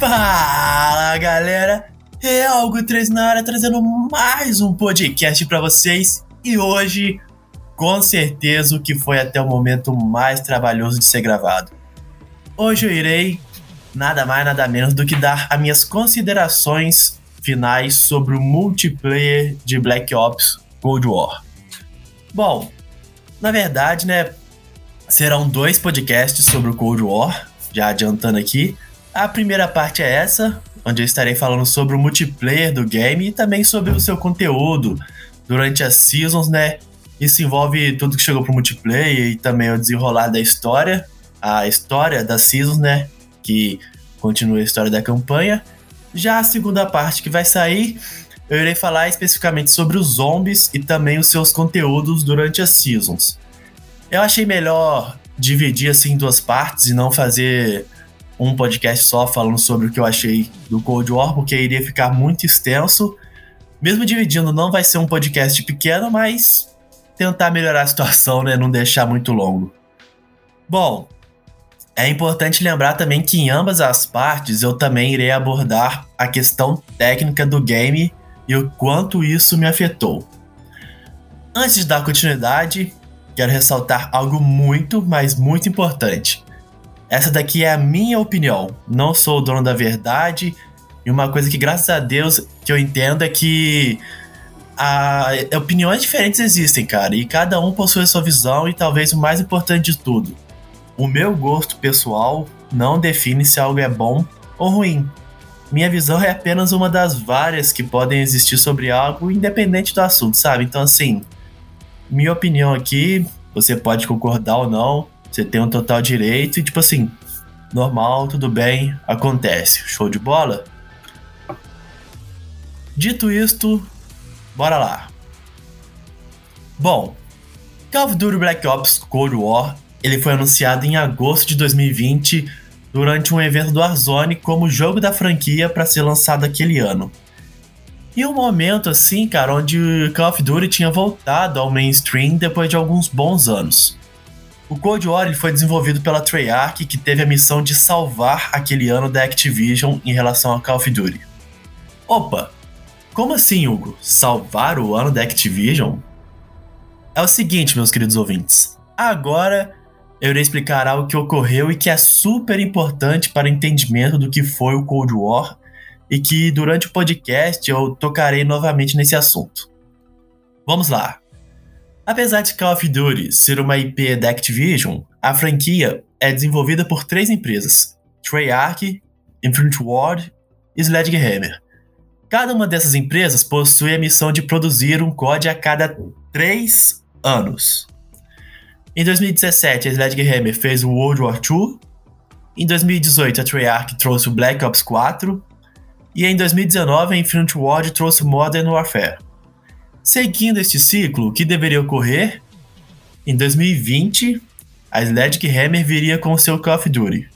Fala galera, é Algo 3 na área trazendo mais um podcast pra vocês. E hoje, com certeza, o que foi até o momento mais trabalhoso de ser gravado. Hoje eu irei nada mais nada menos do que dar as minhas considerações finais sobre o multiplayer de Black Ops Cold War. Bom, na verdade, serão 2 podcasts sobre o Cold War, já adiantando aqui. A primeira parte é essa, onde eu estarei falando sobre o multiplayer do game e também sobre o seu conteúdo durante as seasons, Isso envolve tudo que chegou pro multiplayer e também o desenrolar da história, a história das seasons, que continua a história da campanha. Já a segunda parte que vai sair, eu irei falar especificamente sobre os zombies e também os seus conteúdos durante as seasons. Eu achei melhor dividir assim em 2 partes e não fazer um podcast só falando sobre o que eu achei do Cold War, porque iria ficar muito extenso. Mesmo dividindo, não vai ser um podcast pequeno, mas tentar melhorar a situação, não deixar muito longo. Bom, é importante lembrar também que em ambas as partes eu também irei abordar a questão técnica do game e o quanto isso me afetou. Antes de dar continuidade, quero ressaltar algo muito, mas muito importante. Essa daqui é a minha opinião, não sou o dono da verdade, e uma coisa que, graças a Deus, que eu entendo é que opiniões diferentes existem, cara, e cada um possui a sua visão e talvez o mais importante de tudo, o meu gosto pessoal não define se algo é bom ou ruim. Minha visão é apenas uma das várias que podem existir sobre algo, independente do assunto, sabe? Então, assim, minha opinião aqui, você pode concordar ou não, você tem um total direito e, tipo assim, normal, tudo bem, acontece. Show de bola? Dito isto, bora lá. Bom, Call of Duty Black Ops Cold War, ele foi anunciado em agosto de 2020 durante um evento do Warzone como jogo da franquia para ser lançado aquele ano. E um momento assim, cara, onde Call of Duty tinha voltado ao mainstream depois de alguns bons anos. O Cold War ele foi desenvolvido pela Treyarch, que teve a missão de salvar aquele ano da Activision em relação a Call of Duty. Opa, como assim, Hugo? Salvar o ano da Activision? É o seguinte, meus queridos ouvintes. Agora eu irei explicar algo que ocorreu e que é super importante para o entendimento do que foi o Cold War e que durante o podcast eu tocarei novamente nesse assunto. Vamos lá. Apesar de Call of Duty ser uma IP da Activision, a franquia é desenvolvida por 3 empresas, Treyarch, Infinity Ward e Sledgehammer. Cada uma dessas empresas possui a missão de produzir um COD a cada 3 anos. Em 2017, a Sledgehammer fez o World War II, em 2018 a Treyarch trouxe o Black Ops 4 e em 2019 a Infinity Ward trouxe o Modern Warfare. Seguindo este ciclo, o que deveria ocorrer? Em 2020, a Sledgehammer viria com o seu Call of Duty.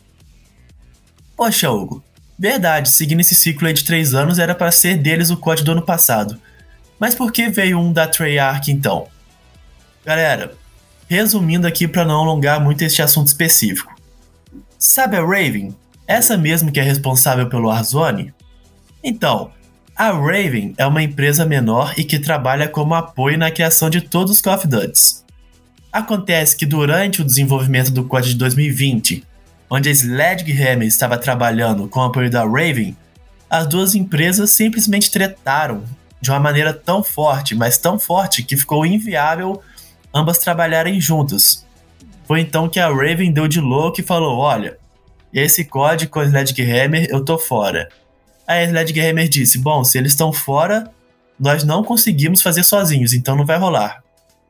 Poxa, Hugo, verdade, seguindo esse ciclo aí de 3 anos era para ser deles o COD do ano passado. Mas por que veio um da Treyarch então? Galera, resumindo aqui para não alongar muito este assunto específico. Sabe a Raven? Essa mesmo que é responsável pelo Warzone? Então, a Raven é uma empresa menor e que trabalha como apoio na criação de todos os Call of Duty. Acontece que durante o desenvolvimento do COD de 2020, onde a Sledgehammer estava trabalhando com o apoio da Raven, as 2 empresas simplesmente tretaram de uma maneira tão forte, mas tão forte que ficou inviável ambas trabalharem juntas. Foi então que a Raven deu de louco e falou: olha, esse COD com a Sledgehammer eu tô fora. Aí a Sledgehammer disse: bom, se eles estão fora, nós não conseguimos fazer sozinhos, então não vai rolar.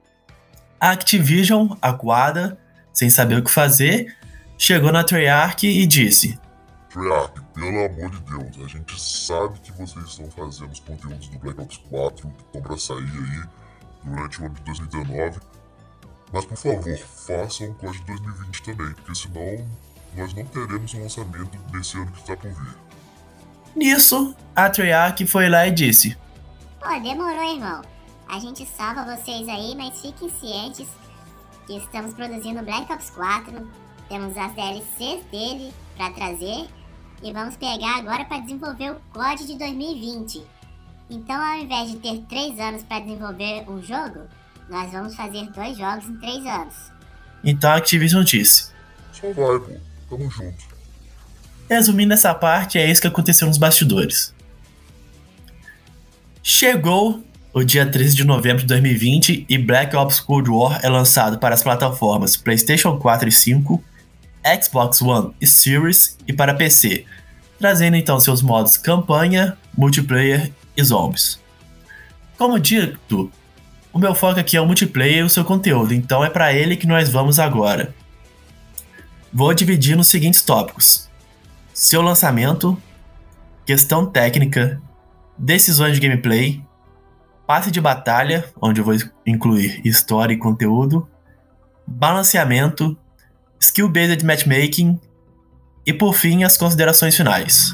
A Activision, acuada, sem saber o que fazer, chegou na Treyarch e disse: Treyarch, pelo amor de Deus, a gente sabe que vocês estão fazendo os conteúdos do Black Ops 4 que estão pra sair aí durante o ano de 2019, mas por favor, façam um COD de 2020 também, porque senão nós não teremos um lançamento nesse ano que está por vir. Nisso, a Treyarch foi lá e disse: demorou, irmão. A gente salva vocês aí, mas fiquem cientes que estamos produzindo Black Ops 4, temos as DLCs dele pra trazer e vamos pegar agora para desenvolver o COD de 2020. Então, ao invés de ter 3 anos para desenvolver um jogo, nós vamos fazer 2 jogos em 3 anos. Então a Activision disse: Só vai, pô. Tamo junto. Resumindo essa parte, é isso que aconteceu nos bastidores. Chegou o dia 13 de novembro de 2020 e Black Ops Cold War é lançado para as plataformas PlayStation 4 e 5, Xbox One e Series e para PC, trazendo então seus modos campanha, multiplayer e zombies. Como dito, o meu foco aqui é o multiplayer e o seu conteúdo, então é para ele que nós vamos agora. Vou dividir nos seguintes tópicos: seu lançamento, questão técnica, decisões de gameplay, passe de batalha, onde eu vou incluir história e conteúdo, balanceamento, skill-based matchmaking e, por fim, as considerações finais.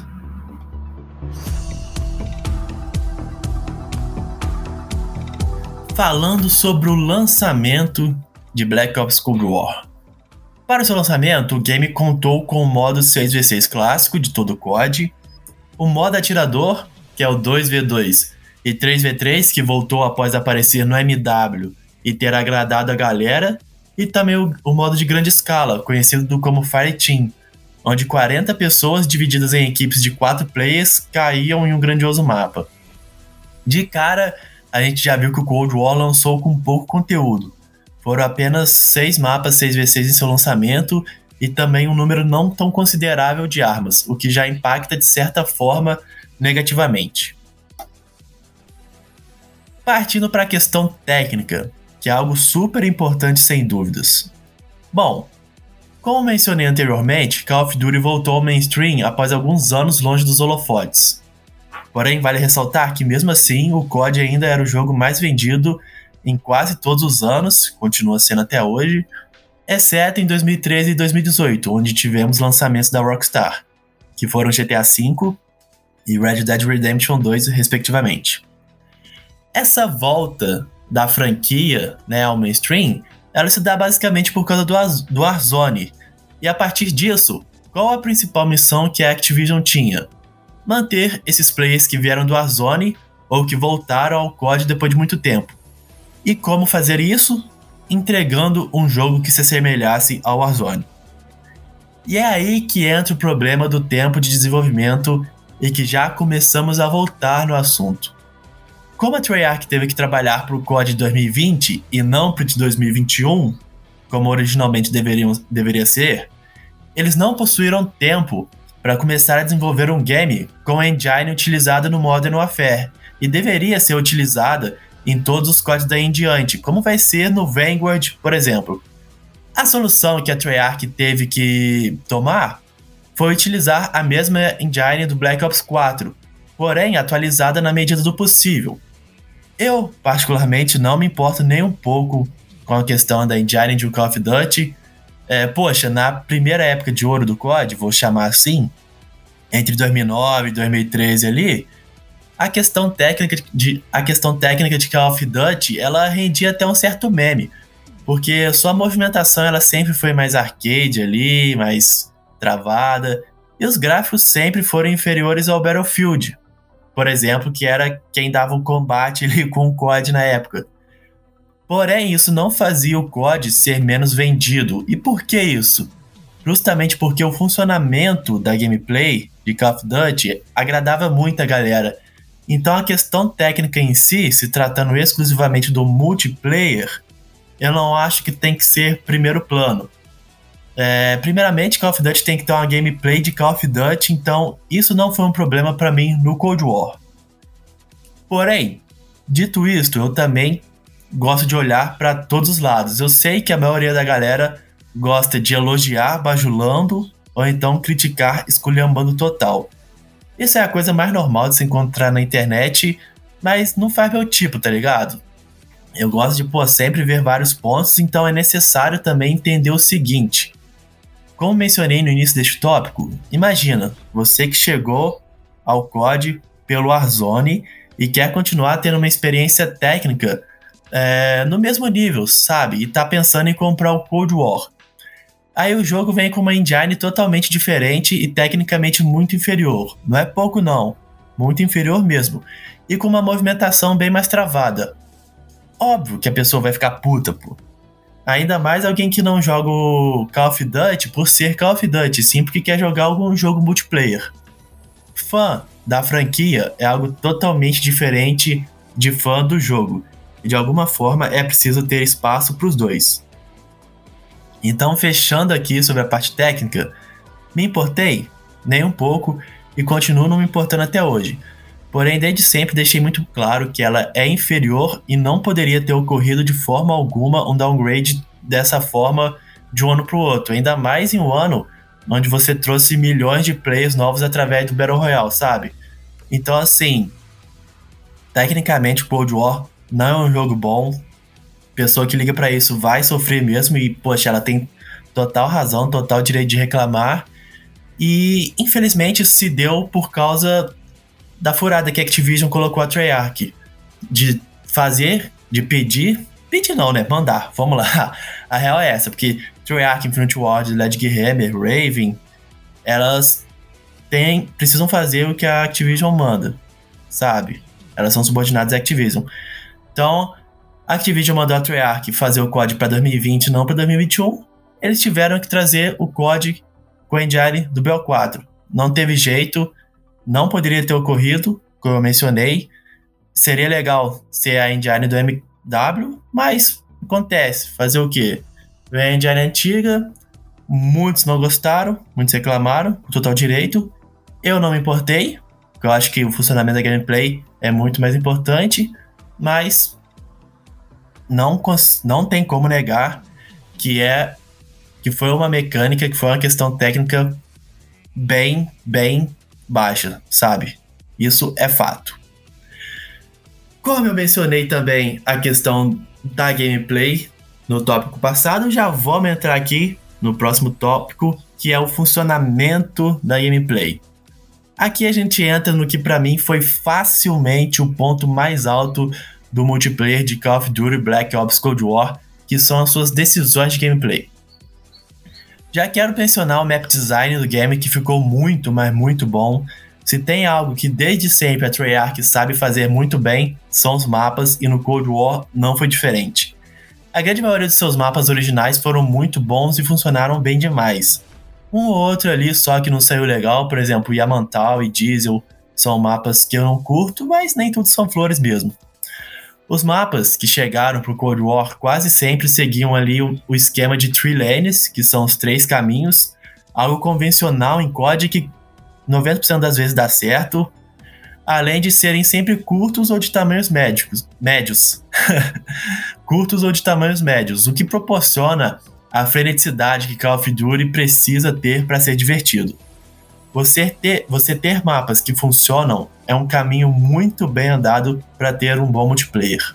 Falando sobre o lançamento de Black Ops Cold War. Para o seu lançamento, o game contou com o modo 6v6 clássico de todo o COD, o modo atirador, que é o 2v2, e 3v3, que voltou após aparecer no MW e ter agradado a galera, e também o modo de grande escala, conhecido como Fireteam, onde 40 pessoas divididas em equipes de 4 players caíam em um grandioso mapa. De cara, a gente já viu que o Cold War lançou com pouco conteúdo. Foram apenas 6 mapas 6v6 em seu lançamento e também um número não tão considerável de armas, o que já impacta de certa forma negativamente. Partindo para a questão técnica, que é algo super importante sem dúvidas. Bom, como mencionei anteriormente, Call of Duty voltou ao mainstream após alguns anos longe dos holofotes. Porém, vale ressaltar que mesmo assim, o COD ainda era o jogo mais vendido em quase todos os anos, continua sendo até hoje, exceto em 2013 e 2018, onde tivemos lançamentos da Rockstar, que foram GTA V e Red Dead Redemption 2, respectivamente. Essa volta da franquia, ao mainstream, ela se dá basicamente por causa do Warzone. E a partir disso, qual a principal missão que a Activision tinha? Manter esses players que vieram do Warzone ou que voltaram ao COD depois de muito tempo. E como fazer isso? Entregando um jogo que se assemelhasse ao Warzone. E é aí que entra o problema do tempo de desenvolvimento e que já começamos a voltar no assunto. Como a Treyarch teve que trabalhar para o COD de 2020 e não para o de 2021, como originalmente deveria ser, eles não possuíram tempo para começar a desenvolver um game com a engine utilizada no Modern Warfare e deveria ser utilizada em todos os CODs daí em diante, como vai ser no Vanguard, por exemplo. A solução que a Treyarch teve que tomar foi utilizar a mesma engine do Black Ops 4, porém atualizada na medida do possível. Eu, particularmente, não me importo nem um pouco com a questão da engine de Call of Duty. Na primeira época de ouro do COD, vou chamar assim, entre 2009 e 2013 ali, a questão técnica de Call of Duty, ela rendia até um certo meme, porque sua movimentação ela sempre foi mais arcade ali, mais travada, e os gráficos sempre foram inferiores ao Battlefield, por exemplo, que era quem dava o combate ali com o COD na época. Porém, isso não fazia o COD ser menos vendido. E por que isso? Justamente porque o funcionamento da gameplay de Call of Duty agradava muito a galera. Então a questão técnica em si, se tratando exclusivamente do multiplayer, eu não acho que tem que ser primeiro plano. Primeiramente, Call of Duty tem que ter uma gameplay de Call of Duty, então isso não foi um problema para mim no Cold War. Porém, dito isto, eu também gosto de olhar para todos os lados. Eu sei que a maioria da galera gosta de elogiar bajulando ou então criticar esculhambando total. Isso é a coisa mais normal de se encontrar na internet, mas não faz meu tipo, tá ligado? Eu gosto de sempre ver vários pontos, então é necessário também entender o seguinte. Como mencionei no início deste tópico, imagina, você que chegou ao COD pelo Warzone e quer continuar tendo uma experiência técnica no mesmo nível, sabe? E tá pensando em comprar o Cold War. Aí o jogo vem com uma engine totalmente diferente e tecnicamente muito inferior. Não é pouco não, muito inferior mesmo. E com uma movimentação bem mais travada. Óbvio que a pessoa vai ficar puta, pô. Ainda mais alguém que não joga o Call of Duty por ser Call of Duty, sim porque quer jogar algum jogo multiplayer. Fã da franquia é algo totalmente diferente de fã do jogo. E de alguma forma é preciso ter espaço para os dois. Então, fechando aqui sobre a parte técnica, me importei? Nem um pouco, e continuo não me importando até hoje. Porém, desde sempre deixei muito claro que ela é inferior e não poderia ter ocorrido de forma alguma um downgrade dessa forma de um ano para o outro. Ainda mais em um ano onde você trouxe milhões de players novos através do Battle Royale, sabe? Então, assim, tecnicamente o Cold War não é um jogo bom. Pessoa que liga pra isso vai sofrer mesmo e, poxa, ela tem total razão, total direito de reclamar. E, infelizmente, isso se deu por causa da furada que a Activision colocou a Treyarch. De fazer, de pedir não, né? Mandar, vamos lá. A real é essa, porque Treyarch, Infinity Ward, Ledgehammer, Raven, elas precisam fazer o que a Activision manda, sabe? Elas são subordinadas à Activision. Então, a Activision mandou a Treyarch fazer o COD para 2020, não para 2021. Eles tiveram que trazer o COD com a engine do BO4. Não teve jeito, não poderia ter ocorrido, como eu mencionei. Seria legal ser a engine do MW, mas acontece. Fazer o quê? Vem a engine antiga, muitos não gostaram, muitos reclamaram, com total direito. Eu não me importei, porque eu acho que o funcionamento da gameplay é muito mais importante, mas não tem como negar que foi uma mecânica, que foi uma questão técnica bem baixa, sabe? Isso é fato. Como eu mencionei também a questão da gameplay no tópico passado, já vamos entrar aqui no próximo tópico, que é o funcionamento da gameplay. Aqui a gente entra no que pra mim foi facilmente o ponto mais alto do multiplayer de Call of Duty Black Ops Cold War, que são as suas decisões de gameplay. Já quero mencionar o map design do game, que ficou muito, mas muito bom. Se tem algo que desde sempre a Treyarch sabe fazer muito bem, são os mapas, e no Cold War não foi diferente. A grande maioria dos seus mapas originais foram muito bons e funcionaram bem demais. Um ou outro ali só que não saiu legal, por exemplo, Yamantau e Diesel são mapas que eu não curto, mas nem todos são flores mesmo. Os mapas que chegaram pro Cold War quase sempre seguiam ali o esquema de 3 lanes, que são os 3 caminhos, algo convencional em COD que 90% das vezes dá certo, além de serem sempre curtos ou de tamanhos médios. Curtos ou de tamanhos médios, o que proporciona a freneticidade que Call of Duty precisa ter para ser divertido. Você ter mapas que funcionam é um caminho muito bem andado para ter um bom multiplayer.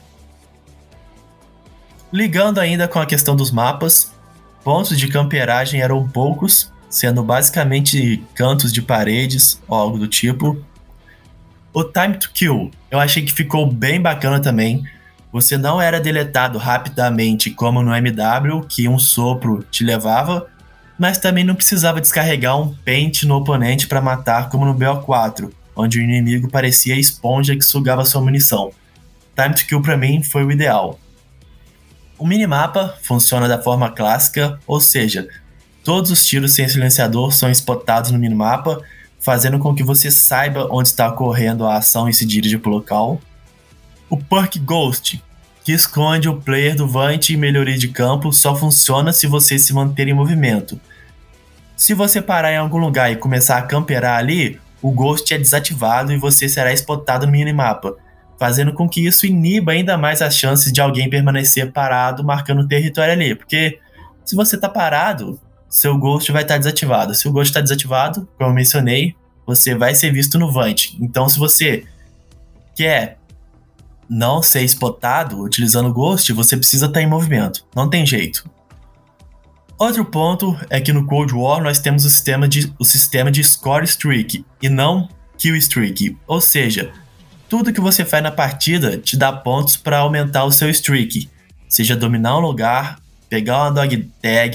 Ligando ainda com a questão dos mapas, pontos de camperagem eram poucos, sendo basicamente cantos de paredes ou algo do tipo. O Time to Kill eu achei que ficou bem bacana também. Você não era deletado rapidamente como no MW, que um sopro te levava, mas também não precisava descarregar um pente no oponente para matar como no BO4, onde o inimigo parecia a esponja que sugava sua munição. Time to Kill para mim foi o ideal. O minimapa funciona da forma clássica, ou seja, todos os tiros sem silenciador são spotados no minimapa, fazendo com que você saiba onde está ocorrendo a ação e se dirija para o local. O Perk Ghost, que esconde o player do Vant e melhoria de campo, só funciona se você se manter em movimento. Se você parar em algum lugar e começar a camperar ali, o Ghost é desativado e você será spotado no minimapa, fazendo com que isso iniba ainda mais as chances de alguém permanecer parado marcando o território ali, porque se você está parado, seu Ghost vai estar desativado. Se o Ghost está desativado, como eu mencionei, você vai ser visto no Vant. Então, se você quer não ser spotado utilizando o Ghost, você precisa estar em movimento. Não tem jeito. Outro ponto é que no Cold War nós temos o sistema de Score Streak e não Kill Streak. Ou seja, tudo que você faz na partida te dá pontos para aumentar o seu streak. Seja dominar um lugar, pegar uma dog tag,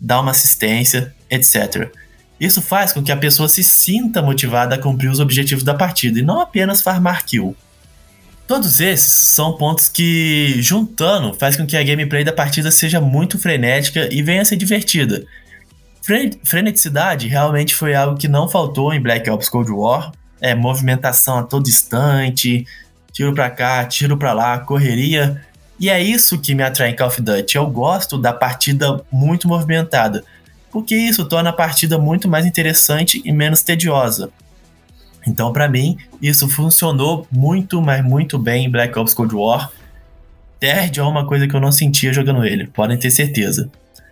dar uma assistência, etc. Isso faz com que a pessoa se sinta motivada a cumprir os objetivos da partida e não apenas farmar kill. Todos esses são pontos que, juntando, faz com que a gameplay da partida seja muito frenética e venha a ser divertida. Freneticidade realmente foi algo que não faltou em Black Ops Cold War. Movimentação a todo instante, tiro pra cá, tiro pra lá, correria. E é isso que me atrai em Call of Duty. Eu gosto da partida muito movimentada, porque isso torna a partida muito mais interessante e menos tediosa. Então, pra mim, isso funcionou muito, mas muito bem em Black Ops Cold War. Third é uma coisa que eu não sentia jogando ele, podem ter certeza.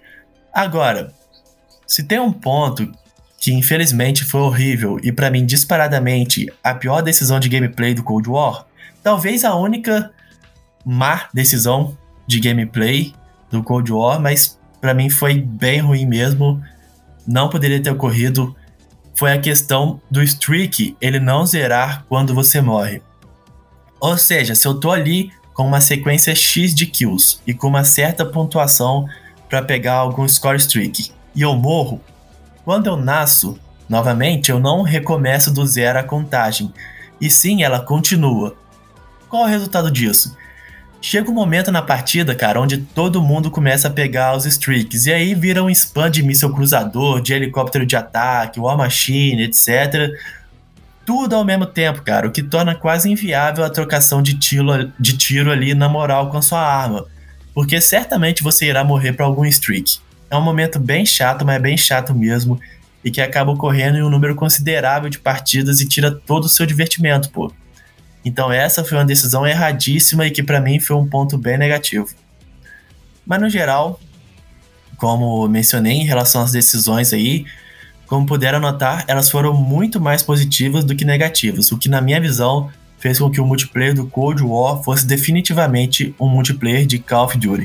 Agora, se tem um ponto que infelizmente foi horrível e pra mim disparadamente a pior decisão de gameplay do Cold War, talvez a única má decisão de gameplay do Cold War, mas pra mim foi bem ruim mesmo, não poderia ter ocorrido, foi a questão do streak ele não zerar quando você morre. Ou seja, se eu tô ali com uma sequência X de kills e com uma certa pontuação pra pegar algum score streak e eu morro, quando eu nasço, novamente, eu não recomeço do zero a contagem, e sim ela continua. Qual é o resultado disso? Chega um momento na partida, cara, onde todo mundo começa a pegar os streaks, e aí vira um spam de míssil cruzador, de helicóptero de ataque, War Machine, etc. Tudo ao mesmo tempo, cara, o que torna quase inviável a trocação de tiro ali na moral com a sua arma, porque certamente você irá morrer para algum streak. É um momento bem chato, mas bem chato mesmo, e que acaba ocorrendo em um número considerável de partidas e tira todo o seu divertimento, pô. Então essa foi uma decisão erradíssima e que pra mim foi um ponto bem negativo. Mas no geral, como mencionei em relação às decisões aí, como puderam notar, elas foram muito mais positivas do que negativas, o que na minha visão fez com que o multiplayer do Cold War fosse definitivamente um multiplayer de Call of Duty.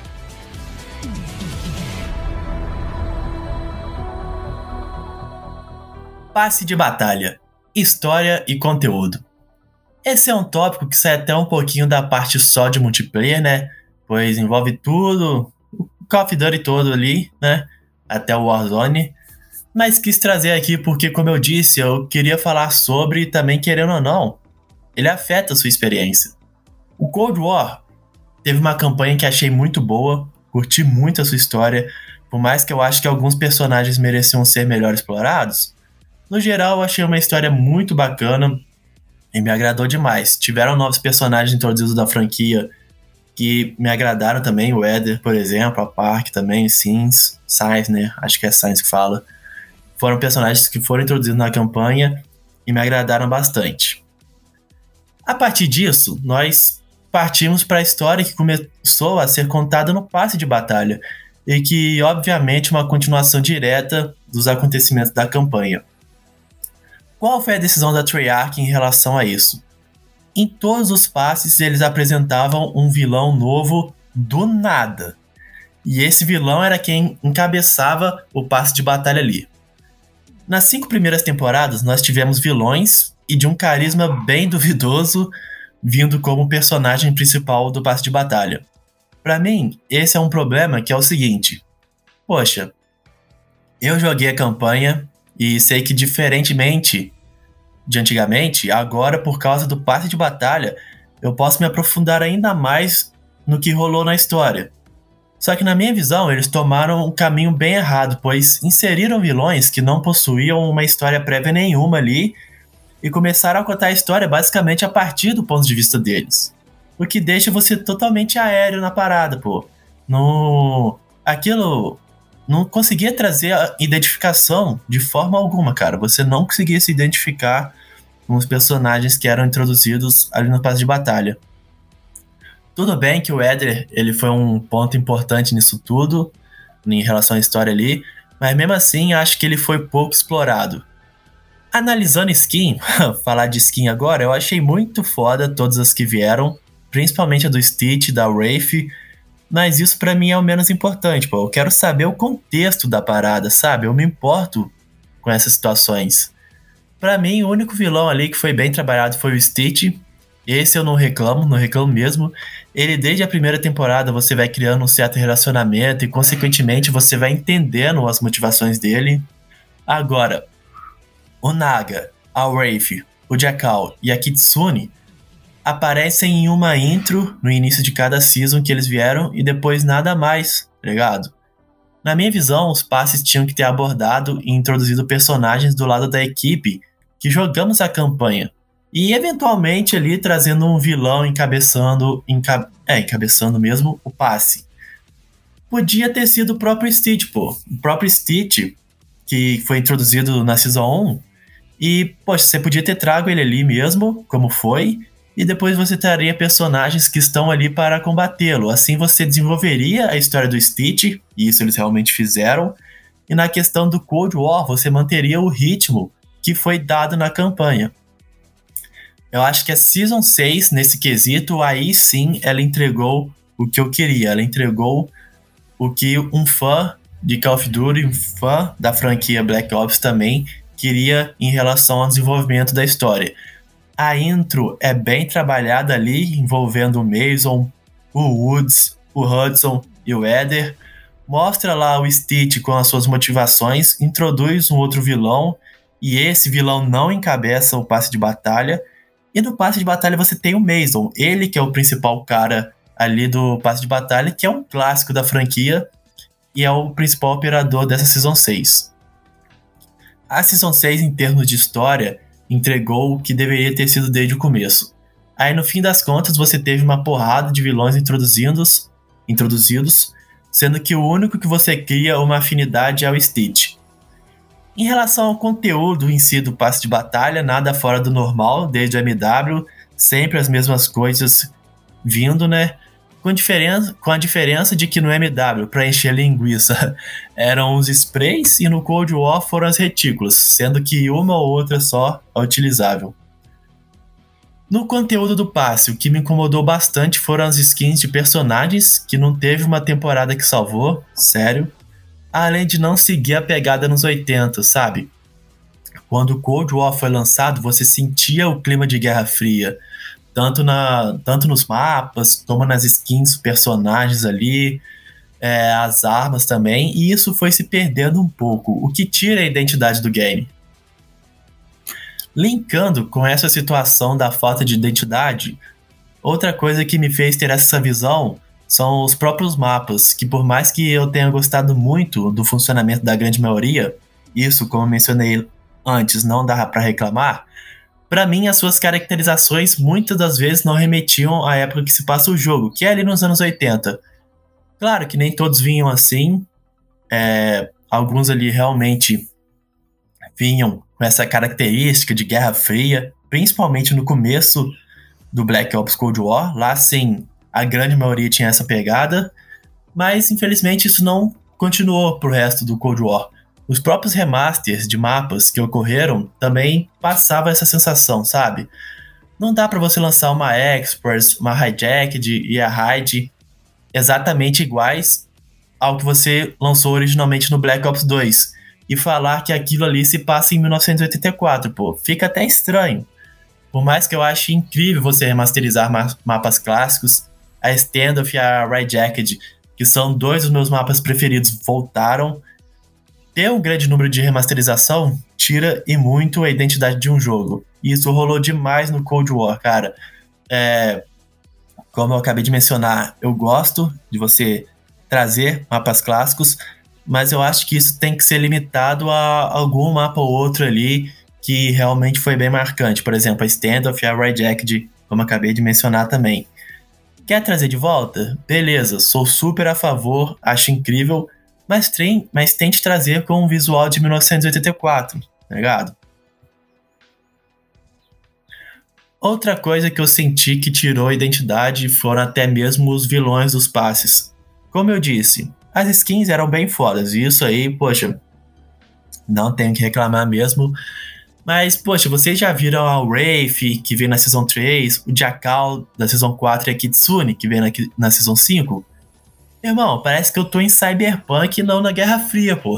Passe de batalha, história e conteúdo. Esse é um tópico que sai até um pouquinho da parte só de multiplayer, né? Pois envolve tudo, o Call of Duty todo ali, né? Até o Warzone. Mas quis trazer aqui porque, como eu disse, eu queria falar sobre e também, querendo ou não, ele afeta a sua experiência. O Cold War teve uma campanha que achei muito boa, curti muito a sua história, por mais que eu acho que alguns personagens mereciam ser melhor explorados. No geral, eu achei uma história muito bacana e me agradou demais. Tiveram novos personagens introduzidos da franquia que me agradaram também, o Eder, por exemplo, a Park também, Sainz, né? Acho que é Sainz que fala. Foram personagens que foram introduzidos na campanha e me agradaram bastante. A partir disso, nós partimos para a história que começou a ser contada no passe de batalha e que, obviamente, é uma continuação direta dos acontecimentos da campanha. Qual foi a decisão da Treyarch em relação a isso? Em todos os passes eles apresentavam um vilão novo do nada. E esse vilão era quem encabeçava o passe de batalha ali. Nas 5 primeiras temporadas nós tivemos vilões e de um carisma bem duvidoso vindo como personagem principal do passe de batalha. Pra mim, esse é um problema que é o seguinte. Poxa, eu joguei a campanha e sei que, diferentemente de antigamente, agora, por causa do passe de batalha, eu posso me aprofundar ainda mais no que rolou na história. Só que, na minha visão, eles tomaram um caminho bem errado, pois inseriram vilões que não possuíam uma história prévia nenhuma ali e começaram a contar a história basicamente a partir do ponto de vista deles. O que deixa você totalmente aéreo na parada, pô. Aquilo não conseguia trazer a identificação de forma alguma, cara. Você não conseguia se identificar com os personagens que eram introduzidos ali no passe de batalha. Tudo bem que o Eder, ele foi um ponto importante nisso tudo, em relação à história ali, mas mesmo assim acho que ele foi pouco explorado. Analisando skin, falar de skin agora, eu achei muito foda todas as que vieram, principalmente a do Stitch, da Wraith, mas isso pra mim é o menos importante, pô. Eu quero saber o contexto da parada, sabe? Eu me importo com essas situações. Pra mim, o único vilão ali que foi bem trabalhado foi o Stitch, Esse eu não reclamo mesmo. Ele, desde a primeira temporada, você vai criando um certo relacionamento e, consequentemente, você vai entendendo as motivações dele. Agora, o Naga, a Wraith, o Jackal e a Kitsune aparecem em uma intro no início de cada season que eles vieram e depois nada mais, tá ligado? Na minha visão, os passes tinham que ter abordado e introduzido personagens do lado da equipe que jogamos a campanha. E eventualmente ali trazendo um vilão encabeçando mesmo o passe. Podia ter sido o próprio Stitch, pô. O próprio Stitch, que foi introduzido na Season 1. E, poxa, você podia ter trago ele ali mesmo, como foi, e depois você traria personagens que estão ali para combatê-lo. Assim você desenvolveria a história do Stitch, e isso eles realmente fizeram. E na questão do Cold War, você manteria o ritmo que foi dado na campanha. Eu acho que a Season 6, nesse quesito, aí sim ela entregou o que eu queria. Ela entregou o que um fã de Call of Duty, um fã da franquia Black Ops também queria em relação ao desenvolvimento da história. A intro é bem trabalhada ali, envolvendo o Mason, o Woods, o Hudson e o Eder. Mostra lá o Stitch com as suas motivações, introduz um outro vilão, e esse vilão não encabeça o passe de batalha. E no passe de batalha você tem o Mason, ele que é o principal cara ali do passe de batalha, que é um clássico da franquia e é o principal operador dessa Season 6. A Season 6, em termos de história, entregou o que deveria ter sido desde o começo. Aí no fim das contas você teve uma porrada de vilões introduzidos, sendo que o único que você cria uma afinidade é o Stitch. Em relação ao conteúdo em si do passe de batalha, nada fora do normal, desde o MW, sempre as mesmas coisas vindo, né? Com a diferença de que no MW, para encher linguiça, eram os sprays e no Cold War foram as retículas, sendo que uma ou outra só é utilizável. No conteúdo do passe, o que me incomodou bastante foram as skins de personagens, que não teve uma temporada que salvou, sério. Além de não seguir a pegada nos 80, sabe? Quando o Cold War foi lançado, você sentia o clima de Guerra Fria, tanto nos mapas, como nas skins, personagens ali, as armas também, e isso foi se perdendo um pouco, o que tira a identidade do game. Linkando com essa situação da falta de identidade, outra coisa que me fez ter essa visão são os próprios mapas, que por mais que eu tenha gostado muito do funcionamento da grande maioria, isso, como eu mencionei antes, não dá pra reclamar, pra mim as suas caracterizações muitas das vezes não remetiam à época que se passa o jogo, que é ali nos anos 80. Claro que nem todos vinham assim, alguns ali realmente vinham com essa característica de Guerra Fria, principalmente no começo do Black Ops Cold War, lá sim, a grande maioria tinha essa pegada, mas infelizmente isso não continuou pro resto do Cold War. Os próprios remasters de mapas que ocorreram também passavam essa sensação, sabe? Não dá pra você lançar uma Express, uma Hijacked e a Raid exatamente iguais ao que você lançou originalmente no Black Ops 2 e falar que aquilo ali se passa em 1984, pô. Fica até estranho. Por mais que eu ache incrível você remasterizar mapas clássicos, a Standoff e a Hijacked, que são dois dos meus mapas preferidos, voltaram. Ter um grande número de remasterização tira e muito a identidade de um jogo. E isso rolou demais no Cold War, cara. Como eu acabei de mencionar, eu gosto de você trazer mapas clássicos, mas eu acho que isso tem que ser limitado a algum mapa ou outro ali que realmente foi bem marcante. Por exemplo, a Standoff e a Hijacked, como eu acabei de mencionar também. Quer trazer de volta? Beleza, sou super a favor, acho incrível, mas tente trazer com um visual de 1984, tá ligado? Outra coisa que eu senti que tirou a identidade foram até mesmo os vilões dos passes. Como eu disse, as skins eram bem fodas, e isso aí, poxa, não tenho que reclamar mesmo. Mas, poxa, vocês já viram a Wraith, que veio na Season 3, o Jackal da Season 4 e a Kitsune, que veio na Season 5? Irmão, parece que eu tô em Cyberpunk e não na Guerra Fria, pô.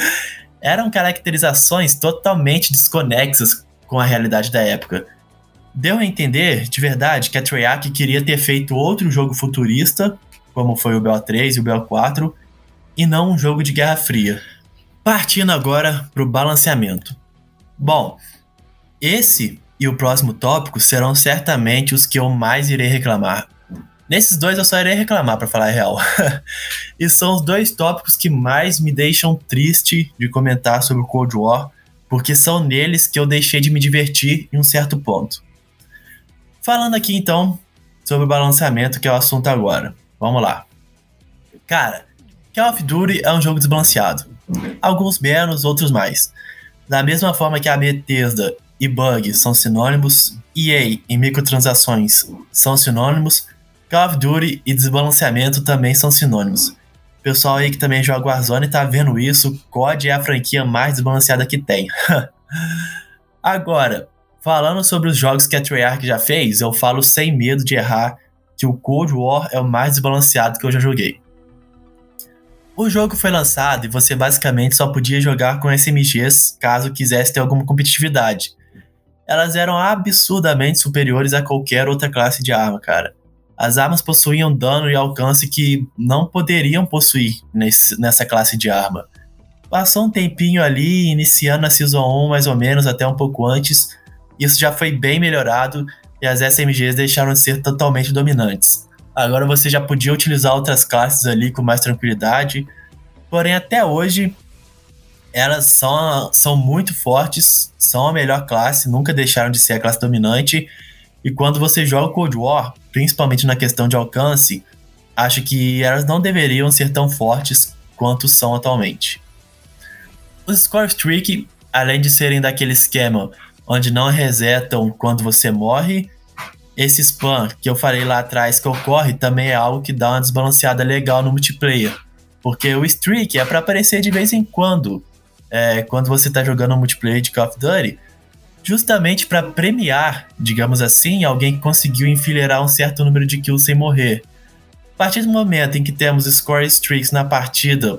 Eram caracterizações totalmente desconexas com a realidade da época. deu a entender, de verdade, que a Treyarch queria ter feito outro jogo futurista, como foi o BO3 e o BO4, e não um jogo de Guerra Fria. Partindo agora para o balanceamento. Bom, esse e o próximo tópico serão certamente os que eu mais irei reclamar. Nesses dois eu só irei reclamar, para falar a real. E são os dois tópicos que mais me deixam triste de comentar sobre o Cold War, porque são neles que eu deixei de me divertir em um certo ponto. Falando aqui então sobre o balanceamento, que é o assunto agora. Vamos lá. Cara, Call of Duty é um jogo desbalanceado. Alguns menos, outros mais. Da mesma forma que a Bethesda e bug são sinônimos, EA e microtransações são sinônimos, Call of Duty e desbalanceamento também são sinônimos. Pessoal aí que também joga Warzone tá vendo isso, COD é a franquia mais desbalanceada que tem. Agora, falando sobre os jogos que a Treyarch já fez, eu falo sem medo de errar que o Cold War é o mais desbalanceado que eu já joguei. O jogo foi lançado e você basicamente só podia jogar com SMGs caso quisesse ter alguma competitividade. Elas eram absurdamente superiores a qualquer outra classe de arma, cara. As armas possuíam dano e alcance que não poderiam possuir nessa classe de arma. Passou um tempinho ali, iniciando a Season 1 mais ou menos, até um pouco antes, isso já foi bem melhorado e as SMGs deixaram de ser totalmente dominantes. Agora você já podia utilizar outras classes ali com mais tranquilidade, porém até hoje elas são muito fortes, são a melhor classe, nunca deixaram de ser a classe dominante, e quando você joga Cold War, principalmente na questão de alcance, acho que elas não deveriam ser tão fortes quanto são atualmente. Os Score Streak, além de serem daquele esquema onde não resetam quando você morre, esse spam que eu falei lá atrás que ocorre também é algo que dá uma desbalanceada legal no multiplayer. Porque o streak é para aparecer de vez em quando você tá jogando um multiplayer de Call of Duty, justamente para premiar, digamos assim, alguém que conseguiu enfileirar um certo número de kills sem morrer. A partir do momento em que temos score streaks na partida,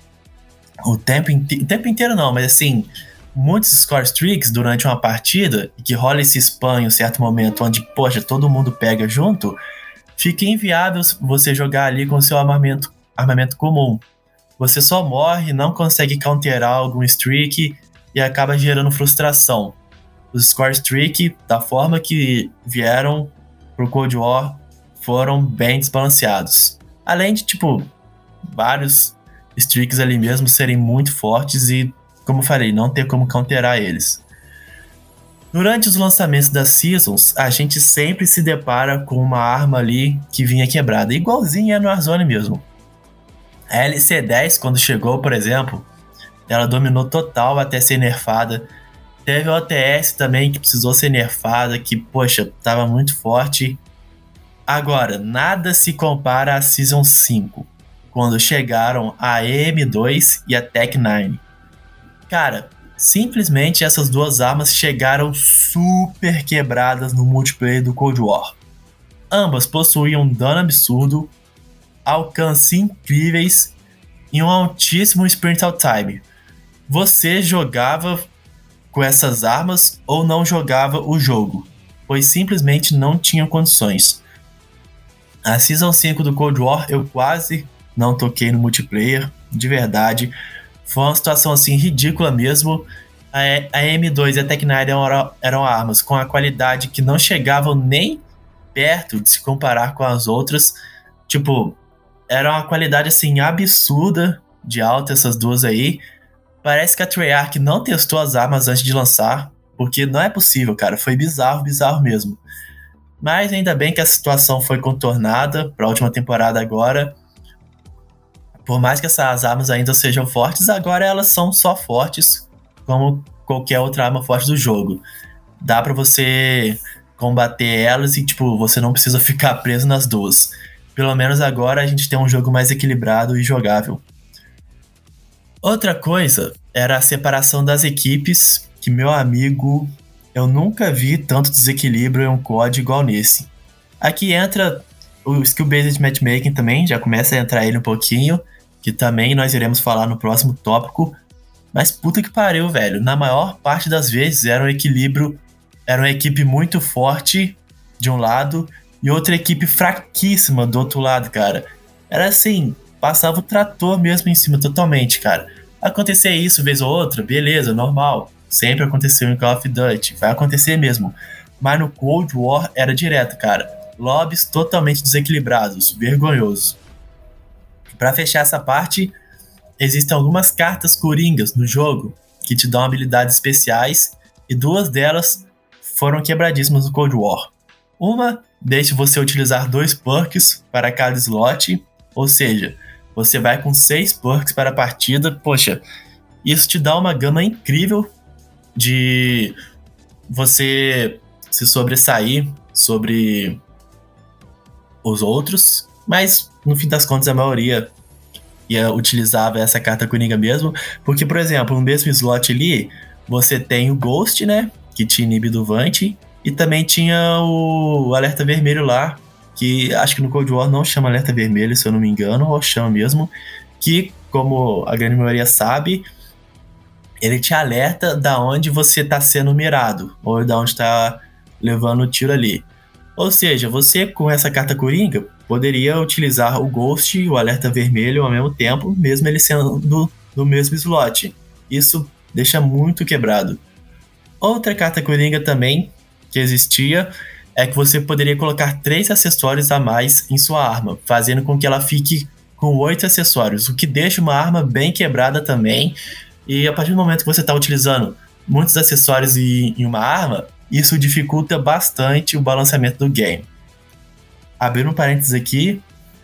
o tempo inteiro não, mas assim, muitos score streaks durante uma partida, e que rola esse spam em um certo momento onde, poxa, todo mundo pega junto, fica inviável você jogar ali com o seu armamento comum. Você só morre, não consegue counterar algum streak e acaba gerando frustração. Os score streak, da forma que vieram pro Cold War, foram bem desbalanceados. Além de, vários streaks ali mesmo serem muito fortes e, como eu falei, não ter como counterar eles. Durante os lançamentos das Seasons, a gente sempre se depara com uma arma ali que vinha quebrada, igualzinha no Warzone mesmo. A LC-10, quando chegou, por exemplo, ela dominou total até ser nerfada. Teve a OTS também que precisou ser nerfada, que, poxa, tava muito forte. Agora, nada se compara à Season 5, quando chegaram a EM2 e a Tech-9. Cara, simplesmente essas duas armas chegaram super quebradas no multiplayer do Cold War. Ambas possuíam um dano absurdo, alcance incríveis e um altíssimo sprint out time. Você jogava com essas armas ou não jogava o jogo, pois simplesmente não tinham condições. A Season 5 do Cold War eu quase não toquei no multiplayer, de verdade. Foi uma situação assim ridícula mesmo. A M2 e a Tech-9 eram armas com a qualidade que não chegavam nem perto de se comparar com as outras. Era uma qualidade assim absurda de alta essas duas aí. Parece que a Treyarch não testou as armas antes de lançar, porque não é possível, cara. Foi bizarro mesmo. Mas ainda bem que a situação foi contornada para a última temporada agora. Por mais que essas armas ainda sejam fortes, agora elas são só fortes como qualquer outra arma forte do jogo. Dá pra você combater elas e, você não precisa ficar preso nas duas. Pelo menos agora a gente tem um jogo mais equilibrado e jogável. Outra coisa era a separação das equipes, que, meu amigo, eu nunca vi tanto desequilíbrio em um COD igual nesse. Aqui entra o Skill-Based Matchmaking também, já começa a entrar ele um pouquinho, que também nós iremos falar no próximo tópico. Mas puta que pariu, velho. Na maior parte das vezes era um equilíbrio era uma equipe muito forte de um lado e outra equipe fraquíssima do outro lado, cara. Era assim, passava o trator mesmo em cima totalmente, cara. Acontecer isso vez ou outra, beleza, normal. Sempre aconteceu em Call of Duty, vai acontecer mesmo. Mas no Cold War era direto, cara. Lobbies totalmente desequilibrados, vergonhoso. Pra fechar essa parte, existem algumas cartas coringas no jogo que te dão habilidades especiais e 2 delas foram quebradíssimas no Cold War. Uma deixa você utilizar 2 perks para cada slot, ou seja, você vai com 6 perks para a partida. Poxa, isso te dá uma gama incrível de você se sobressair sobre os outros, mas no fim das contas a maioria utilizava essa carta coringa mesmo, porque, por exemplo, no mesmo slot ali, você tem o Ghost, né, que te inibe do Vant, e também tinha o Alerta Vermelho lá, que acho que no Cold War não chama Alerta Vermelho, se eu não me engano, ou chama mesmo, que, como a grande maioria sabe, ele te alerta da onde você tá sendo mirado, ou da onde tá levando o tiro ali. Ou seja, você com essa carta coringa poderia utilizar o Ghost e o Alerta Vermelho ao mesmo tempo, mesmo ele sendo do mesmo slot. Isso deixa muito quebrado. Outra carta coringa também que existia é que você poderia colocar 3 acessórios a mais em sua arma, fazendo com que ela fique com 8 acessórios, o que deixa uma arma bem quebrada também. E a partir do momento que você está utilizando muitos acessórios em uma arma, isso dificulta bastante o balanceamento do game. Abrindo um parênteses aqui,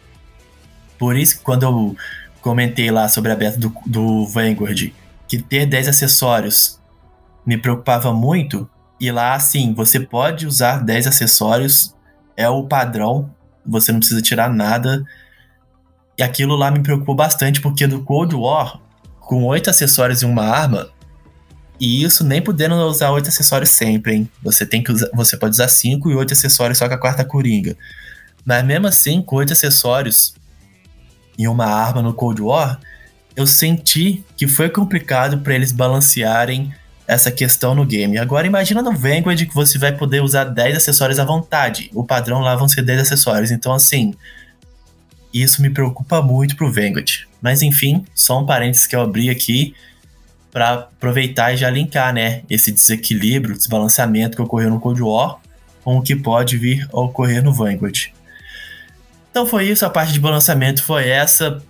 por isso que quando eu comentei lá sobre a beta do Vanguard, que ter 10 acessórios me preocupava muito, e lá, assim, você pode usar 10 acessórios, é o padrão, você não precisa tirar nada, e aquilo lá me preocupou bastante, porque no Cold War, com 8 acessórios em uma arma, e isso nem podendo usar 8 acessórios sempre, hein? Você pode usar 5 e 8 acessórios só com a quarta coringa. Mas mesmo assim, com 8 acessórios em uma arma no Cold War, eu senti que foi complicado para eles balancearem essa questão no game. Agora imagina no Vanguard que você vai poder usar 10 acessórios à vontade. O padrão lá vão ser 10 acessórios. Então assim, isso me preocupa muito pro Vanguard. Mas enfim, só um parênteses que eu abri aqui para aproveitar e já linkar, né, esse desequilíbrio, desbalanceamento que ocorreu no Cold War com o que pode vir a ocorrer no Vanguard. Então foi isso, a parte de balanceamento foi essa.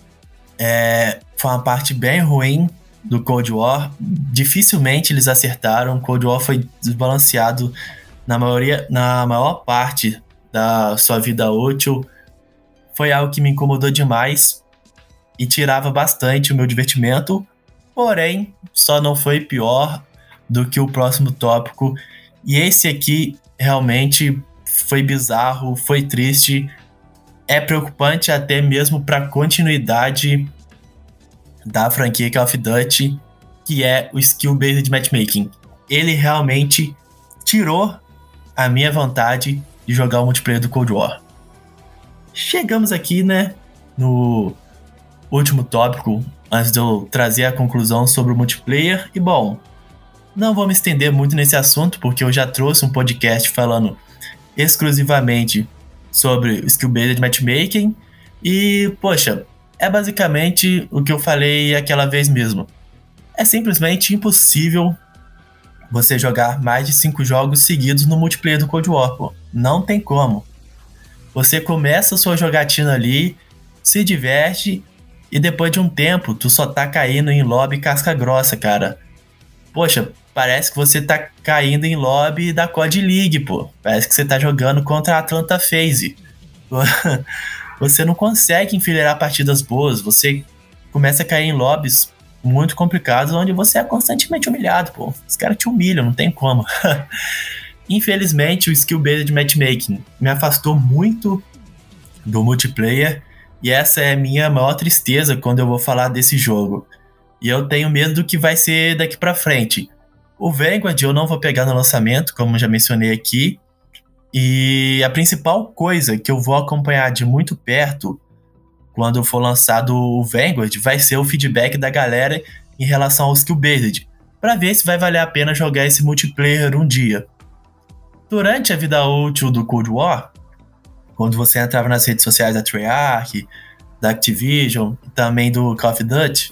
Foi uma parte bem ruim do Cold War. Dificilmente eles acertaram. O Cold War foi desbalanceado na maior parte da sua vida útil. Foi algo que me incomodou demais e tirava bastante o meu divertimento. Porém, só não foi pior do que o próximo tópico. E esse aqui realmente foi bizarro, foi triste. É preocupante até mesmo para a continuidade da franquia Call of Duty, que é o Skill-Based Matchmaking. Ele realmente tirou a minha vontade de jogar o multiplayer do Cold War. Chegamos aqui, né, no último tópico, antes de eu trazer a conclusão sobre o multiplayer. E bom, não vou me estender muito nesse assunto, porque eu já trouxe um podcast falando exclusivamente sobre Skill-Based Matchmaking. E, poxa, é basicamente o que eu falei aquela vez mesmo. É simplesmente impossível você jogar mais de 5 jogos seguidos no multiplayer do Cold War, pô. Não tem como. Você começa a sua jogatina ali, se diverte, e depois de um tempo, tu só tá caindo em lobby casca grossa, cara. Poxa, parece que você tá caindo em lobby da COD League, pô. Parece que você tá jogando contra a Atlanta FaZe. Você não consegue enfileirar partidas boas, você começa a cair em lobbies muito complicados, onde você é constantemente humilhado, pô. Os caras te humilham, não tem como. Infelizmente, o Skill-Based Matchmaking me afastou muito do multiplayer, e essa é a minha maior tristeza quando eu vou falar desse jogo. E eu tenho medo do que vai ser daqui pra frente. O Vanguard eu não vou pegar no lançamento, como já mencionei aqui. E a principal coisa que eu vou acompanhar de muito perto quando for lançado o Vanguard vai ser o feedback da galera em relação ao Skill-Based, para ver se vai valer a pena jogar esse multiplayer um dia. Durante a vida útil do Cold War, quando você entrava nas redes sociais da Treyarch, da Activision e também do Call of Duty,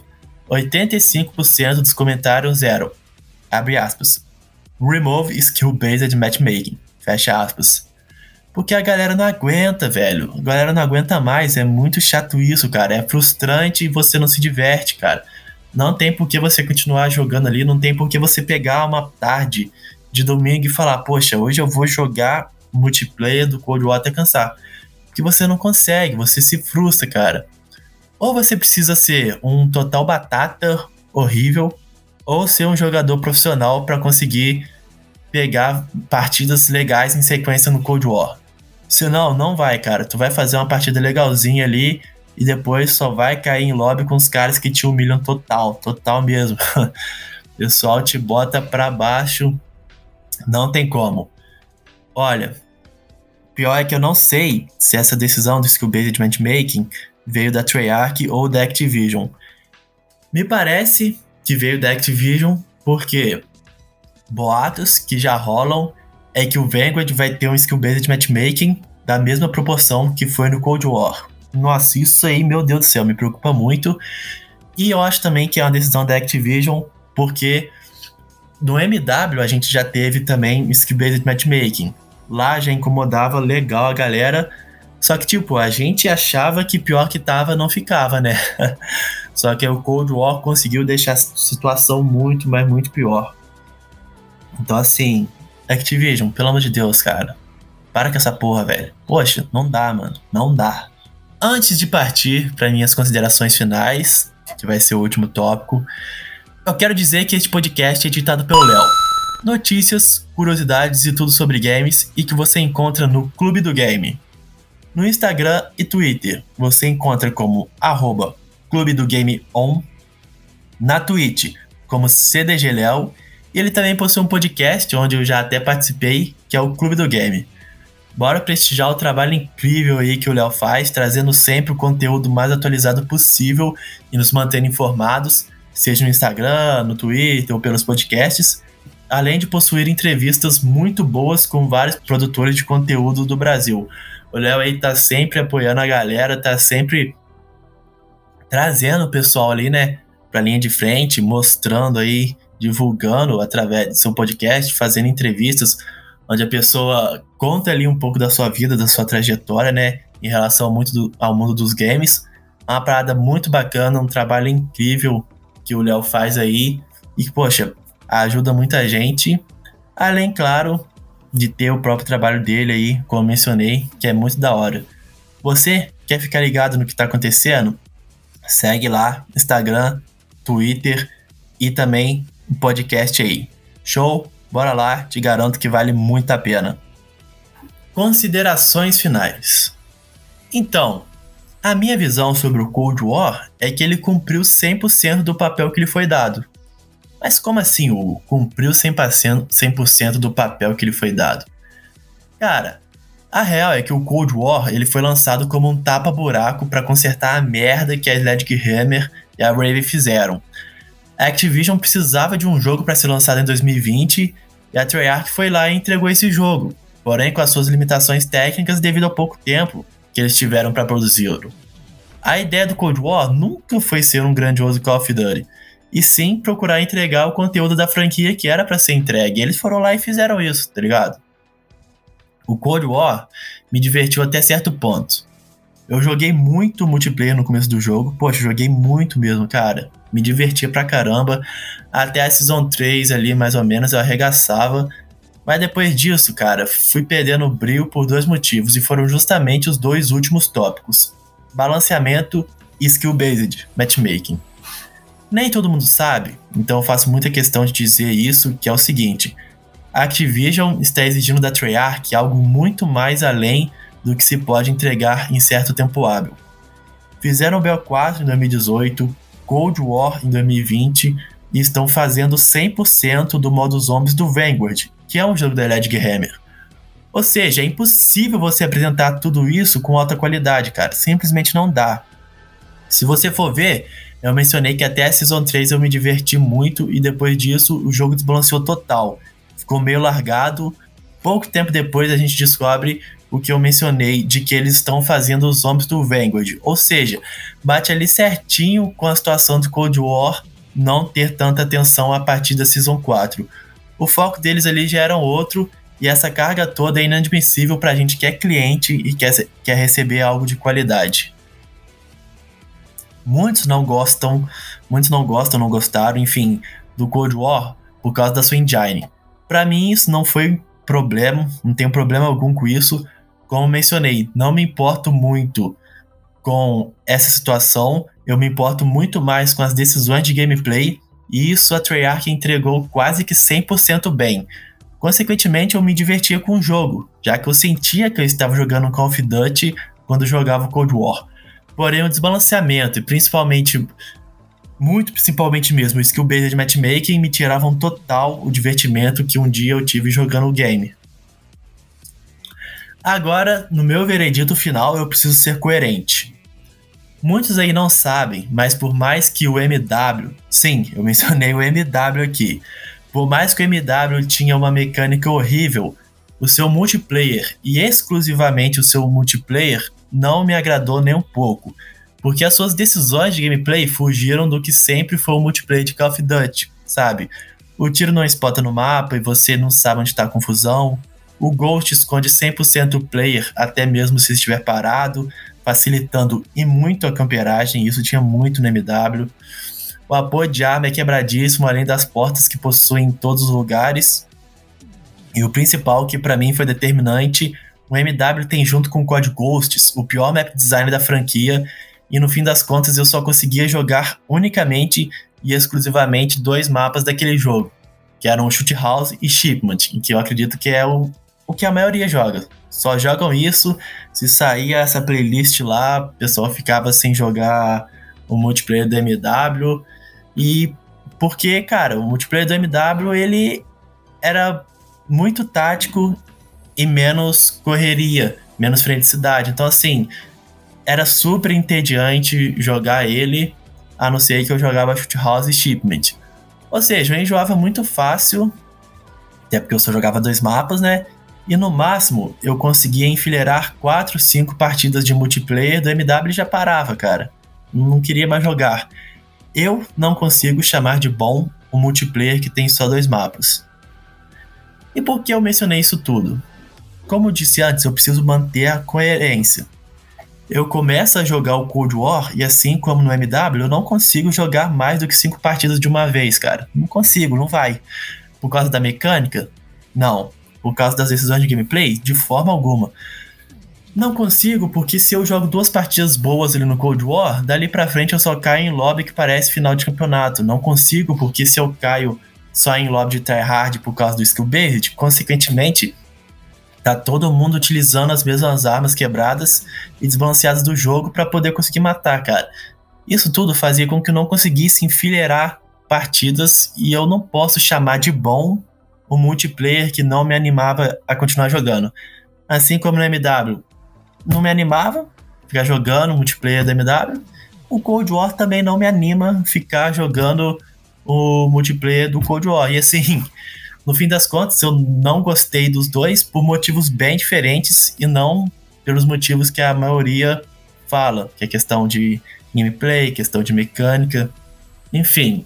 85% dos comentários eram, abre aspas, remove skill-based matchmaking, fecha aspas. Porque a galera não aguenta, velho. A galera não aguenta mais, é muito chato isso, cara. É frustrante e você não se diverte, cara. Não tem por que você continuar jogando ali, não tem por que você pegar uma tarde de domingo e falar, poxa, hoje eu vou jogar multiplayer do Cold War até cansar. Porque você não consegue, você se frustra, cara. Ou você precisa ser um total batata horrível, ou ser um jogador profissional para conseguir pegar partidas legais em sequência no Cold War. Senão, não vai, cara. Tu vai fazer uma partida legalzinha ali e depois só vai cair em lobby com os caras que te humilham total mesmo. O pessoal te bota pra baixo, não tem como. Olha, pior é que eu não sei se essa decisão do skill-based matchmaking veio da Treyarch ou da Activision. Me parece que veio da Activision porque boatos que já rolam é que o Vanguard vai ter um skill-based matchmaking da mesma proporção que foi no Cold War. Nossa, isso aí, meu Deus do céu, me preocupa muito. E eu acho também que é uma decisão da Activision, porque no MW a gente já teve também skill-based matchmaking. Lá já incomodava legal a galera, só que tipo, a gente achava que pior que tava não ficava, né? Só que o Cold War conseguiu deixar a situação muito, mas muito pior. Então assim, Activision, pelo amor de Deus, cara, para com essa porra, velho. Poxa, não dá, mano, não dá. Antes de partir para minhas considerações finais, que vai ser o último tópico, eu quero dizer que este podcast é editado pelo Léo. Notícias, curiosidades e tudo sobre games e que você encontra no Clube do Game. No Instagram e Twitter, você encontra como @Clube do Game On, na Twitch como CDGLéo, e ele também possui um podcast onde eu já até participei, que é o Clube do Game. Bora prestigiar o trabalho incrível aí que o Léo faz, trazendo sempre o conteúdo mais atualizado possível e nos mantendo informados, seja no Instagram, no Twitter ou pelos podcasts, além de possuir entrevistas muito boas com vários produtores de conteúdo do Brasil. O Léo aí tá sempre apoiando a galera, tá sempre trazendo o pessoal ali, né, pra linha de frente, mostrando aí, divulgando através do seu podcast, fazendo entrevistas, onde a pessoa conta ali um pouco da sua vida, da sua trajetória, né, em relação ao mundo dos games. É uma parada muito bacana, um trabalho incrível que o Léo faz aí e, poxa, ajuda muita gente, além, claro, de ter o próprio trabalho dele aí, como eu mencionei, que é muito da hora. Você quer ficar ligado no que tá acontecendo? Segue lá, Instagram, Twitter e também o podcast aí. Show? Bora lá, te garanto que vale muito a pena. Considerações finais. Então, a minha visão sobre o Cold War é que ele cumpriu 100% do papel que lhe foi dado. Mas como assim, Hugo? Cumpriu 100% do papel que lhe foi dado? Cara, a real é que o Cold War ele foi lançado como um tapa-buraco para consertar a merda que a Sledgehammer e a Raven fizeram. A Activision precisava de um jogo para ser lançado em 2020 e a Treyarch foi lá e entregou esse jogo, porém com as suas limitações técnicas devido ao pouco tempo que eles tiveram para produzi-lo. A ideia do Cold War nunca foi ser um grandioso Call of Duty, e sim procurar entregar o conteúdo da franquia que era para ser entregue. E eles foram lá e fizeram isso, tá ligado? O Cold War me divertiu até certo ponto. Eu joguei muito multiplayer no começo do jogo. Poxa, joguei muito mesmo, cara. Me divertia pra caramba. Até a Season 3 ali, mais ou menos, eu arregaçava. Mas depois disso, cara, fui perdendo o brilho por dois motivos. E foram justamente os dois últimos tópicos. Balanceamento e skill-based matchmaking. Nem todo mundo sabe, então eu faço muita questão de dizer isso, que é o seguinte. A Activision está exigindo da Treyarch algo muito mais além do que se pode entregar em certo tempo hábil. Fizeram o BO4 em 2018, Cold War em 2020 e estão fazendo 100% do modo zombies do Vanguard, que é um jogo da Sledgehammer. Ou seja, é impossível você apresentar tudo isso com alta qualidade, cara. Simplesmente não dá. Se você for ver, eu mencionei que até a Season 3 eu me diverti muito e depois disso o jogo desbalanceou total. Ficou meio largado, pouco tempo depois a gente descobre o que eu mencionei, de que eles estão fazendo os zombies do Vanguard. Ou seja, bate ali certinho com a situação do Cold War não ter tanta atenção a partir da Season 4. O foco deles ali já era outro, e essa carga toda é inadmissível pra gente que é cliente e quer receber algo de qualidade. Muitos não gostaram, não gostaram, enfim, do Cold War por causa da sua engine. Pra mim isso não foi problema, não tenho problema algum com isso. Como mencionei, não me importo muito com essa situação, eu me importo muito mais com as decisões de gameplay, e isso a Treyarch entregou quase que 100% bem. Consequentemente, eu me divertia com o jogo, já que eu sentia que eu estava jogando Call of Duty quando jogava Cold War. Porém, o desbalanceamento, e principalmente mesmo, o skill-based matchmaking me tiravam total o divertimento que um dia eu tive jogando o game. Agora, no meu veredito final, eu preciso ser coerente. Muitos aí não sabem, mas por mais que o MW... Sim, eu mencionei o MW aqui. Por mais que o MW tinha uma mecânica horrível, o seu multiplayer, e exclusivamente o seu multiplayer, não me agradou nem um pouco. Porque as suas decisões de gameplay fugiram do que sempre foi o multiplayer de Call of Duty, sabe? O tiro não spota no mapa e você não sabe onde está a confusão. O Ghost esconde 100% o player, até mesmo se estiver parado, facilitando e muito a camperagem, isso tinha muito no MW. O apoio de arma é quebradíssimo, além das portas que possuem em todos os lugares. E o principal, que pra mim foi determinante, o MW tem junto com o COD Ghosts o pior map design da franquia, e no fim das contas eu só conseguia jogar unicamente e exclusivamente 2 mapas daquele jogo, que eram o Shoot House e Shipment, em que eu acredito que é o que a maioria joga. Só jogam isso, se saía essa playlist lá, o pessoal ficava sem jogar o multiplayer do MW, e porque, cara, o multiplayer do MW, ele era muito tático e menos correria, menos freneticidade, então assim, era super entediante jogar ele, a não ser que eu jogava Shoot House e Shipment. Ou seja, eu enjoava muito fácil, até porque eu só jogava 2 mapas, né? E no máximo, eu conseguia enfileirar 4, 5 partidas de multiplayer do MW e já parava, cara. Não queria mais jogar. Eu não consigo chamar de bom um multiplayer que tem só 2 mapas. E por que eu mencionei isso tudo? Como eu disse antes, eu preciso manter a coerência. Eu começo a jogar o Cold War e assim como no MW, eu não consigo jogar mais do que 5 partidas de uma vez, cara. Não consigo, não vai. Por causa da mecânica? Não. Por causa das decisões de gameplay? De forma alguma. Não consigo porque se eu jogo 2 partidas boas ali no Cold War, dali pra frente eu só caio em lobby que parece final de campeonato. Não consigo porque se eu caio só em lobby de tryhard por causa do skill-based, consequentemente, tá todo mundo utilizando as mesmas armas quebradas e desbalanceadas do jogo pra poder conseguir matar, cara. Isso tudo fazia com que eu não conseguisse enfileirar partidas e eu não posso chamar de bom o multiplayer que não me animava a continuar jogando. Assim como no MW, não me animava ficar jogando o multiplayer do MW, o Cold War também não me anima ficar jogando o multiplayer do Cold War. E assim, no fim das contas, eu não gostei dos dois por motivos bem diferentes e não pelos motivos que a maioria fala, que é questão de gameplay, questão de mecânica, enfim.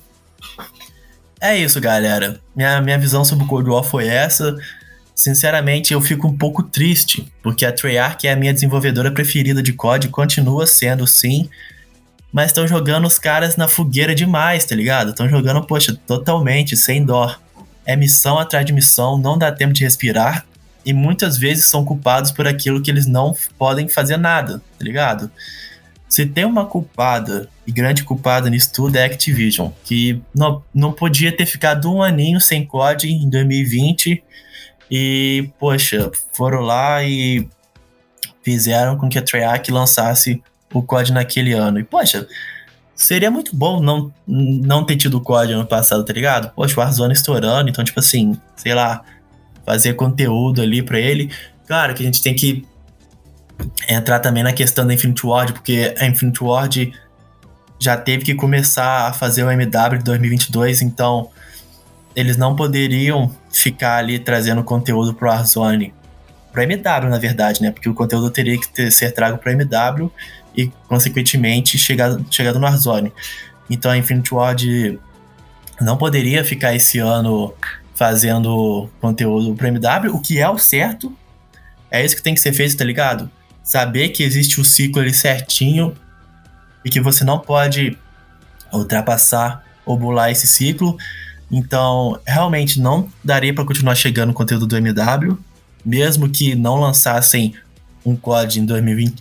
É isso, galera. Minha visão sobre o Cold War foi essa. Sinceramente, eu fico um pouco triste, porque a Treyarch é a minha desenvolvedora preferida de COD, continua sendo sim, mas estão jogando os caras na fogueira demais, tá ligado? Estão jogando, poxa, totalmente, sem dó. É missão atrás de missão, não dá tempo de respirar, e muitas vezes são culpados por aquilo que eles não podem fazer nada, tá ligado? Se tem uma culpada, e grande culpada nisso tudo, é a Activision, que não podia ter ficado um aninho sem COD em 2020, e, poxa, foram lá e fizeram com que a Treyarch lançasse o COD naquele ano. E, poxa, seria muito bom não ter tido o COD ano passado, tá ligado? Poxa, o Warzone estourando, então, tipo assim, sei lá, fazer conteúdo ali pra ele. Claro que a gente tem que entrar também na questão da Infinity Ward, porque a Infinity Ward já teve que começar a fazer o MW de 2022, então eles não poderiam ficar ali trazendo conteúdo pro Warzone, pro MW, na verdade, né? Porque o conteúdo teria que ser trago pro MW e, consequentemente, chegado no Warzone. Então a Infinity Ward não poderia ficar esse ano fazendo conteúdo pro MW, o que é o certo. É isso que tem que ser feito, tá ligado? Saber que existe o ciclo ali certinho e que você não pode ultrapassar ou bular esse ciclo. Então, realmente não daria para continuar chegando conteúdo do MW, mesmo que não lançassem um COD em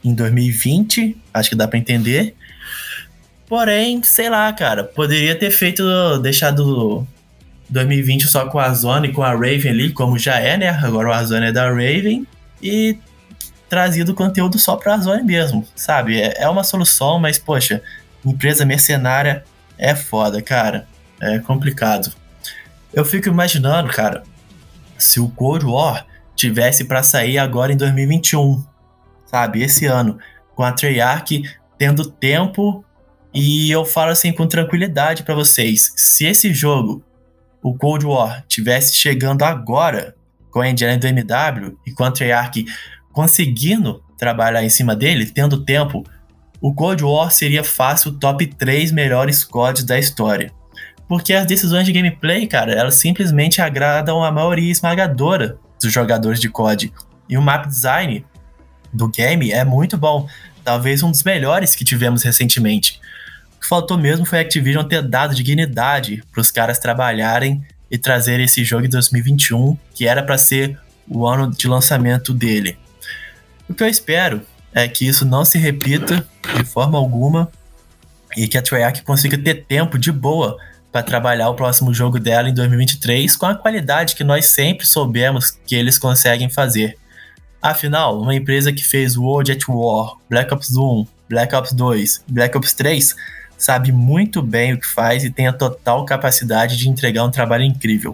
2020, acho que dá para entender. Porém, sei lá, cara, poderia ter deixado 2020 só com a Warzone e com a Raven ali, como já é, né? Agora o Warzone é da Raven, e trazido conteúdo só pra Warzone mesmo, sabe? É uma solução, mas, poxa, empresa mercenária é foda, cara. É complicado. Eu fico imaginando, cara, se o Cold War tivesse pra sair agora em 2021, sabe? Esse ano, com a Treyarch tendo tempo, e eu falo assim com tranquilidade pra vocês, se esse jogo, o Cold War, tivesse chegando agora, com a engine do MW e com a Treyarch conseguindo trabalhar em cima dele, tendo tempo, o Cold War seria fácil o top 3 melhores CODs da história. Porque as decisões de gameplay, cara, elas simplesmente agradam a maioria esmagadora dos jogadores de COD. E o map design do game é muito bom, talvez um dos melhores que tivemos recentemente. O que faltou mesmo foi a Activision ter dado dignidade para os caras trabalharem e trazer esse jogo em 2021, que era para ser o ano de lançamento dele. O que eu espero é que isso não se repita de forma alguma e que a Treyarch consiga ter tempo de boa para trabalhar o próximo jogo dela em 2023 com a qualidade que nós sempre soubemos que eles conseguem fazer. Afinal, uma empresa que fez World at War, Black Ops 1, Black Ops 2, Black Ops 3 sabe muito bem o que faz e tem a total capacidade de entregar um trabalho incrível.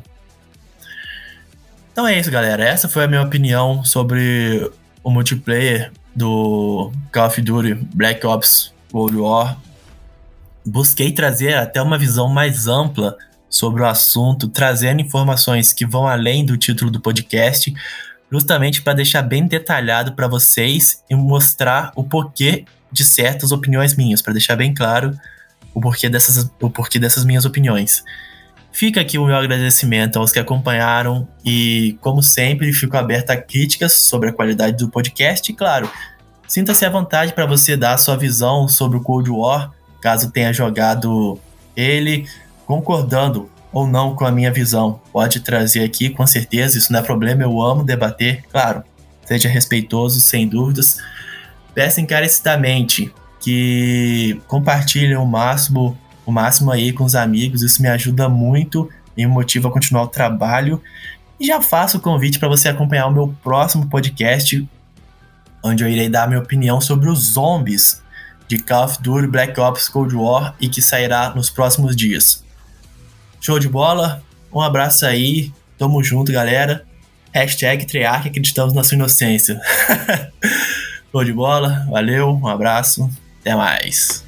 Então é isso, galera. Essa foi a minha opinião sobre o multiplayer do Call of Duty Black Ops Cold War. Busquei trazer até uma visão mais ampla sobre o assunto, trazendo informações que vão além do título do podcast, justamente para deixar bem detalhado para vocês e mostrar o porquê de certas opiniões minhas, para deixar bem claro o porquê dessas minhas opiniões. Fica aqui o meu agradecimento aos que acompanharam e, como sempre, fico aberto a críticas sobre a qualidade do podcast e, claro, sinta-se à vontade para você dar a sua visão sobre o Cold War, caso tenha jogado ele, concordando ou não com a minha visão. Pode trazer aqui, com certeza, isso não é problema, eu amo debater, claro, seja respeitoso, sem dúvidas. Peço encarecidamente que compartilhem o máximo aí com os amigos, isso me ajuda muito e me motiva a continuar o trabalho. E já faço o convite para você acompanhar o meu próximo podcast, onde eu irei dar minha opinião sobre os zombies de Call of Duty Black Ops Cold War e que sairá nos próximos dias. Show de bola, um abraço aí, tamo junto, galera. #Treyarch, acreditamos na sua inocência. Show de bola, valeu, um abraço, até mais.